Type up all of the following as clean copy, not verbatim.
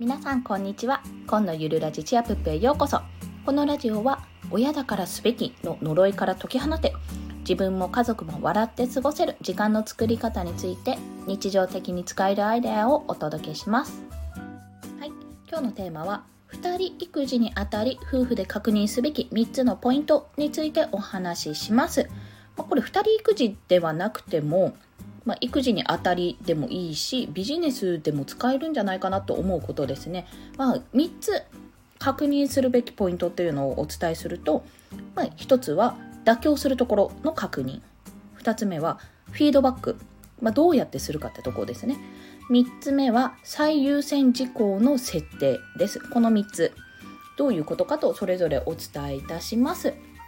皆さんこんにちは。今のゆるラジチアプップへようこそ。このラジオは親だからすべきの呪いから解き放て、自分も家族も笑って過ごせる時間の作り方について日常的に使えるアイデアをお届けします。はい、今日のテーマは2人育児にあたり夫婦で確認すべき3つのポイントについてお話しします。これ2人育児ではなくても育児にあたりでもいいし、ビジネスでも使えるんじゃないかなと思うことですね。3つ確認するべきポイントっていうのをお伝えすると、1つは妥協するところの確認、2つ目はフィードバック、どうやってするかってところですね。3つ目は最優先事項の設定です。この3つどういうことかとそれぞれお伝えいたします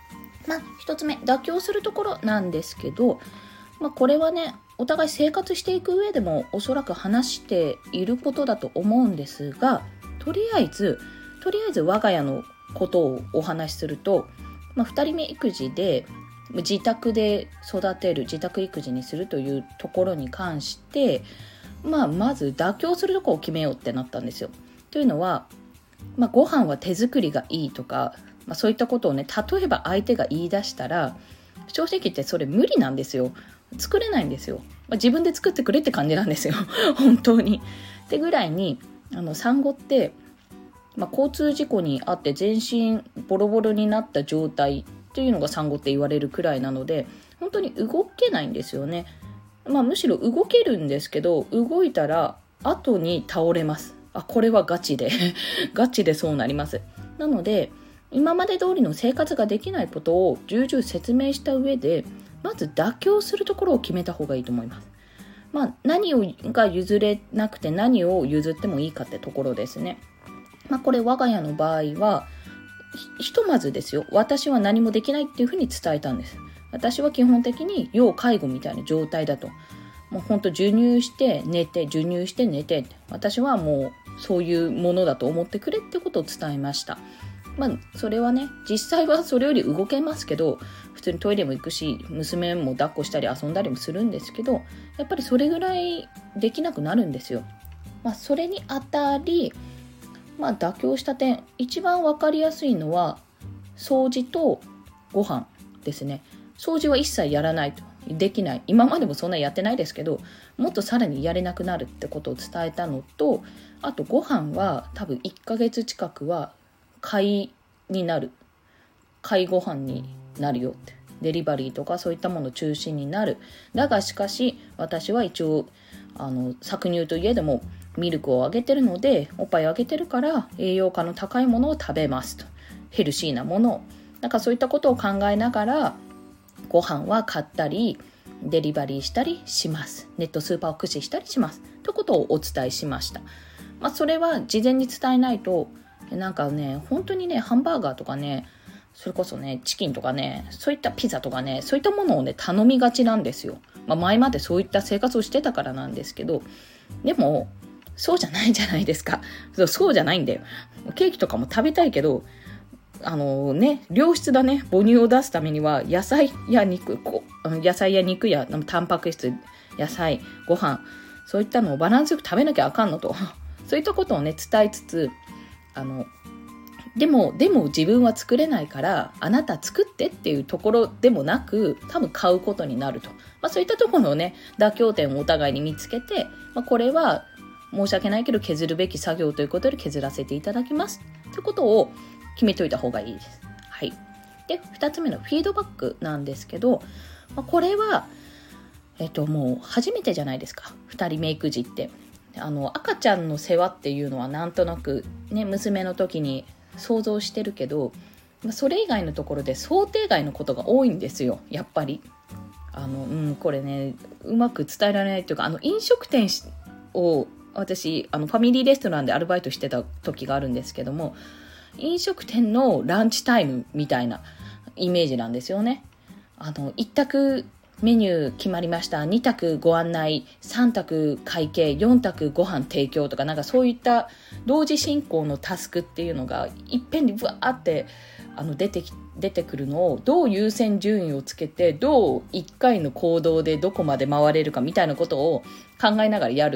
。1つ目、妥協するところなんですけど、これはね、お互い生活していく上でもおそらく話していることだと思うんですが、とりあえず我が家のことをお話しすると、2人目育児で自宅で育てる、自宅育児にするというところに関して、まず妥協するところを決めようってなったんですよ。というのは、ご飯は手作りがいいとか、そういったことをね、例えば相手が言い出したら、正直言ってそれ無理なんですよ。作れないんですよ。自分で作ってくれって感じなんですよ本当に。ってぐらいに産後って、交通事故にあって全身ボロボロになった状態っていうのが産後って言われるくらいなので、本当に動けないんですよね。むしろ動けるんですけど、動いたら後に倒れます。これはガチでガチでそうなります。なので今まで通りの生活ができないことを重々説明した上で、まず妥協するところを決めた方がいいと思います。何が譲れなくて何を譲ってもいいかってところですね。これ我が家の場合は、ひとまずですよ、私は何もできないっていうふうに伝えたんです。私は基本的に要介護みたいな状態だと。もう本当授乳して寝て、授乳して寝て、私はもうそういうものだと思ってくれってことを伝えました。それはね、実際はそれより動けますけど、普通にトイレも行くし、娘も抱っこしたり遊んだりもするんですけど、やっぱりそれぐらいできなくなるんですよ。それにあたり、妥協した点、一番わかりやすいのは掃除とご飯ですね。掃除は一切やらないと、できない。今までもそんなやってないですけど、もっとさらにやれなくなるってことを伝えたのと、あとご飯は多分1ヶ月近くは買ご飯になるよって、デリバリーとかそういったもの中心になる。だがしかし私は一応搾乳といえどもミルクをあげてるので、おっぱいをあげてるから栄養価の高いものを食べますと、ヘルシーなものを、そういったことを考えながらご飯は買ったりデリバリーしたりします。ネットスーパーを駆使したりしますということをお伝えしました。それは事前に伝えないと、本当にね、ハンバーガーとかね、それこそね、チキンとかね、そういったピザとかね、そういったものをね、頼みがちなんですよ。前までそういった生活をしてたからなんですけど、でもそうじゃないじゃないですか。そうじゃないんだよ。ケーキとかも食べたいけど、良質だね、母乳を出すためには野菜や肉やタンパク質、野菜、ご飯、そういったのをバランスよく食べなきゃあかんのとそういったことをね、伝えつつ、でも自分は作れないからあなた作ってっていうところでもなく、多分買うことになると、そういったところをね、妥協点をお互いに見つけて、これは申し訳ないけど削るべき作業ということで削らせていただきますということを決めといた方がいいです。はい。で、2つ目のフィードバックなんですけど、これはもう初めてじゃないですか、2人目育児って。赤ちゃんの世話っていうのはなんとなくね、娘の時に想像してるけど、それ以外のところで想定外のことが多いんですよ、やっぱり。これね、うまく伝えられないというか、飲食店を私ファミリーレストランでアルバイトしてた時があるんですけども、飲食店のランチタイムみたいなイメージなんですよね。1択メニュー決まりました、2択ご案内、3択会計、4択ご飯提供とか、そういった同時進行のタスクっていうのがいっぺんにブワーって出てくるのを、どう優先順位をつけて、どう1回の行動でどこまで回れるかみたいなことを考えながらやる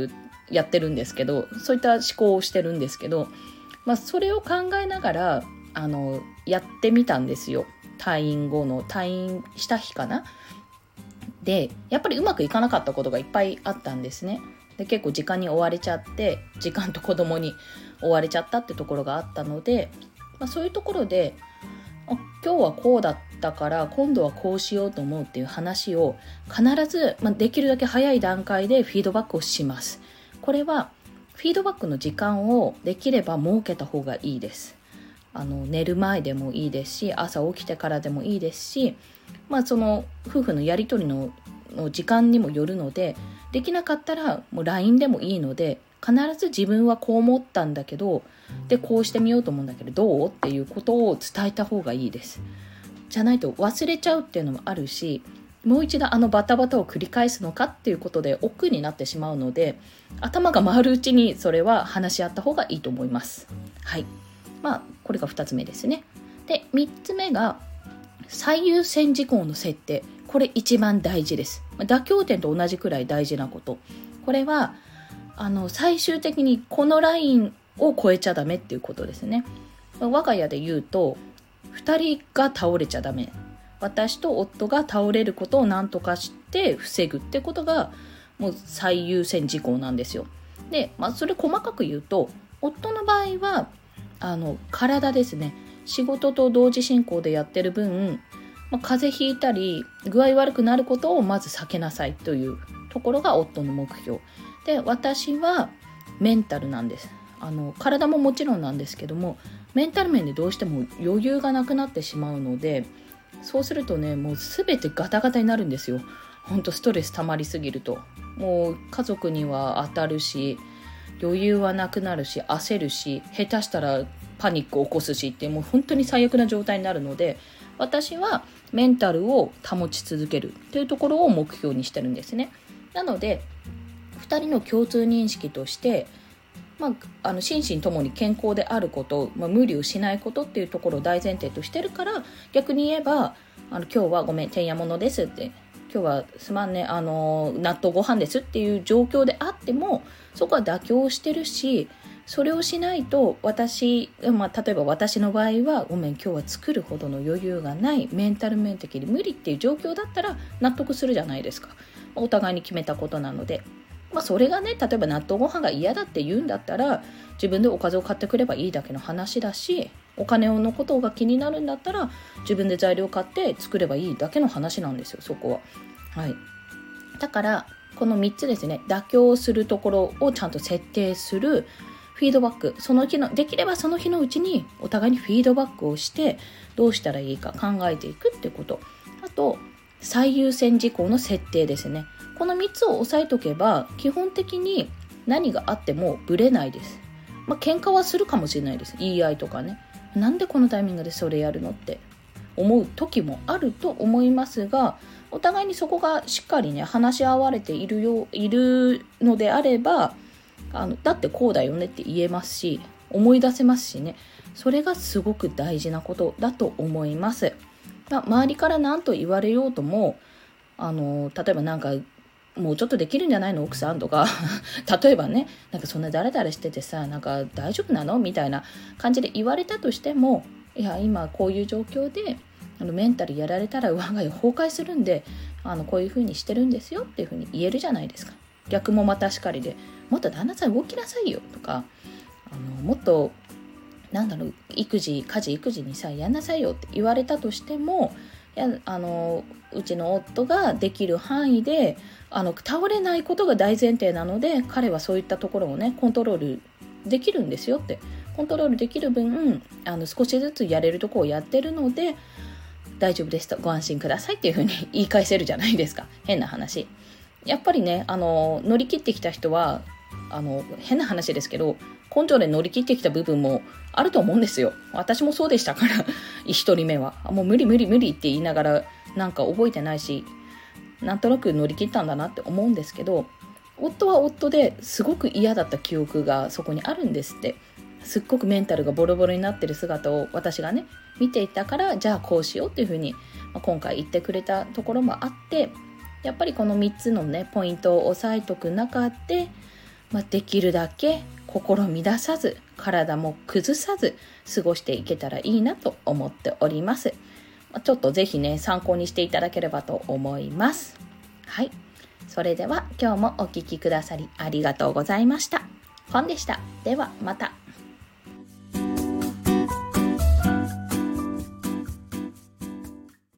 やってるんですけど、そういった思考をしてるんですけど、それを考えながらやってみたんですよ。退院した日かな。でやっぱりうまくいかなかったことがいっぱいあったんですね。で結構時間に追われちゃって、時間と子供に追われちゃったってところがあったので、そういうところで今日はこうだったから今度はこうしようと思うっていう話を必ず、できるだけ早い段階でフィードバックをします。これはフィードバックの時間をできれば設けた方がいいです。寝る前でもいいですし、朝起きてからでもいいですし、その夫婦のやり取りの時間にもよるので、できなかったらもう LINE でもいいので、必ず自分はこう思ったんだけど、でこうしてみようと思うんだけどどうっていうことを伝えた方がいいです。じゃないと忘れちゃうっていうのもあるし、もう一度バタバタを繰り返すのかっていうことで億劫になってしまうので、頭が回るうちにそれは話し合った方がいいと思います。はい。これが2つ目ですね。で3つ目が最優先事項の設定。これ一番大事です。妥協点と同じくらい大事なこと。これは最終的にこのラインを超えちゃダメっていうことですね。我が家で言うと2人が倒れちゃダメ、私と夫が倒れることを何とかして防ぐってことがもう最優先事項なんですよ。で、それ細かく言うと、夫の場合は体ですね。仕事と同時進行でやってる分、風邪ひいたり具合悪くなることをまず避けなさいというところが夫の目標で、私はメンタルなんです。体ももちろんなんですけども、メンタル面でどうしても余裕がなくなってしまうので、そうするとね、もう全てガタガタになるんですよ。本当ストレス溜まりすぎると、もう家族には当たるし、余裕はなくなるし、焦るし、下手したらパニックを起こすしって、もう本当に最悪な状態になるので、私はメンタルを保ち続けるというところを目標にしてるんですね。なので2人の共通認識として、心身ともに健康であること、無理をしないことっていうところを大前提としてるから、逆に言えば今日はごめんてんやものですって、今日はすまんね納豆ご飯ですっていう状況であっても、そこは妥協してるし、それをしないと例えば私の場合はごめん今日は作るほどの余裕がない、メンタル面的に無理っていう状況だったら納得するじゃないですか。お互いに決めたことなので、それがね、例えば納豆ご飯が嫌だって言うんだったら自分でおかずを買ってくればいいだけの話だし、お金のことが気になるんだったら自分で材料買って作ればいいだけの話なんですよ、そこは。はい。だからこの3つですね、妥協するところをちゃんと設定する、フィードバック、できればその日のうちにお互いにフィードバックをしてどうしたらいいか考えていくってこと。あと最優先事項の設定ですね。この3つを押さえとけば基本的に何があってもブレないです。喧嘩はするかもしれないです。言い合いとかね、なんでこのタイミングでそれやるのって思う時もあると思いますが、お互いにそこがしっかりね話し合われているのであれば、だってこうだよねって言えますし、思い出せますしね。それがすごく大事なことだと思います。周りから何と言われようとも、例えばもうちょっとできるんじゃないの奥さんとか例えばね、そんなダラダラしててさ、大丈夫なのみたいな感じで言われたとしても、いや今こういう状況でメンタルやられたら我が家崩壊するんで、こういう風にしてるんですよっていう風に言えるじゃないですか。逆もまたしかりで、もっと旦那さん動きなさいよとか、もっと家事育児にさやんなさいよって言われたとしても、うちの夫ができる範囲で倒れないことが大前提なので、彼はそういったところをねコントロールできるんですよって、コントロールできる分少しずつやれるところをやってるので大丈夫ですと、ご安心くださいっていうふうに言い返せるじゃないですか。変な話、やっぱりね乗り切ってきた人は変な話ですけど根性で乗り切ってきた部分もあると思うんですよ。私もそうでしたから一人目はもう無理って言いながら覚えてないし、なんとなく乗り切ったんだなって思うんですけど、夫は夫ですごく嫌だった記憶がそこにあるんですって。すっごくメンタルがボロボロになってる姿を私がね見ていたから、じゃあこうしようっていうふうに今回言ってくれたところもあって、やっぱりこの3つのねポイントを押さえとく中でできるだけ心乱さず、体も崩さず過ごしていけたらいいなと思っております。ちょっとぜひね、参考にしていただければと思います。はい。それでは今日もお聞きくださりありがとうございました。コンでした。ではまた。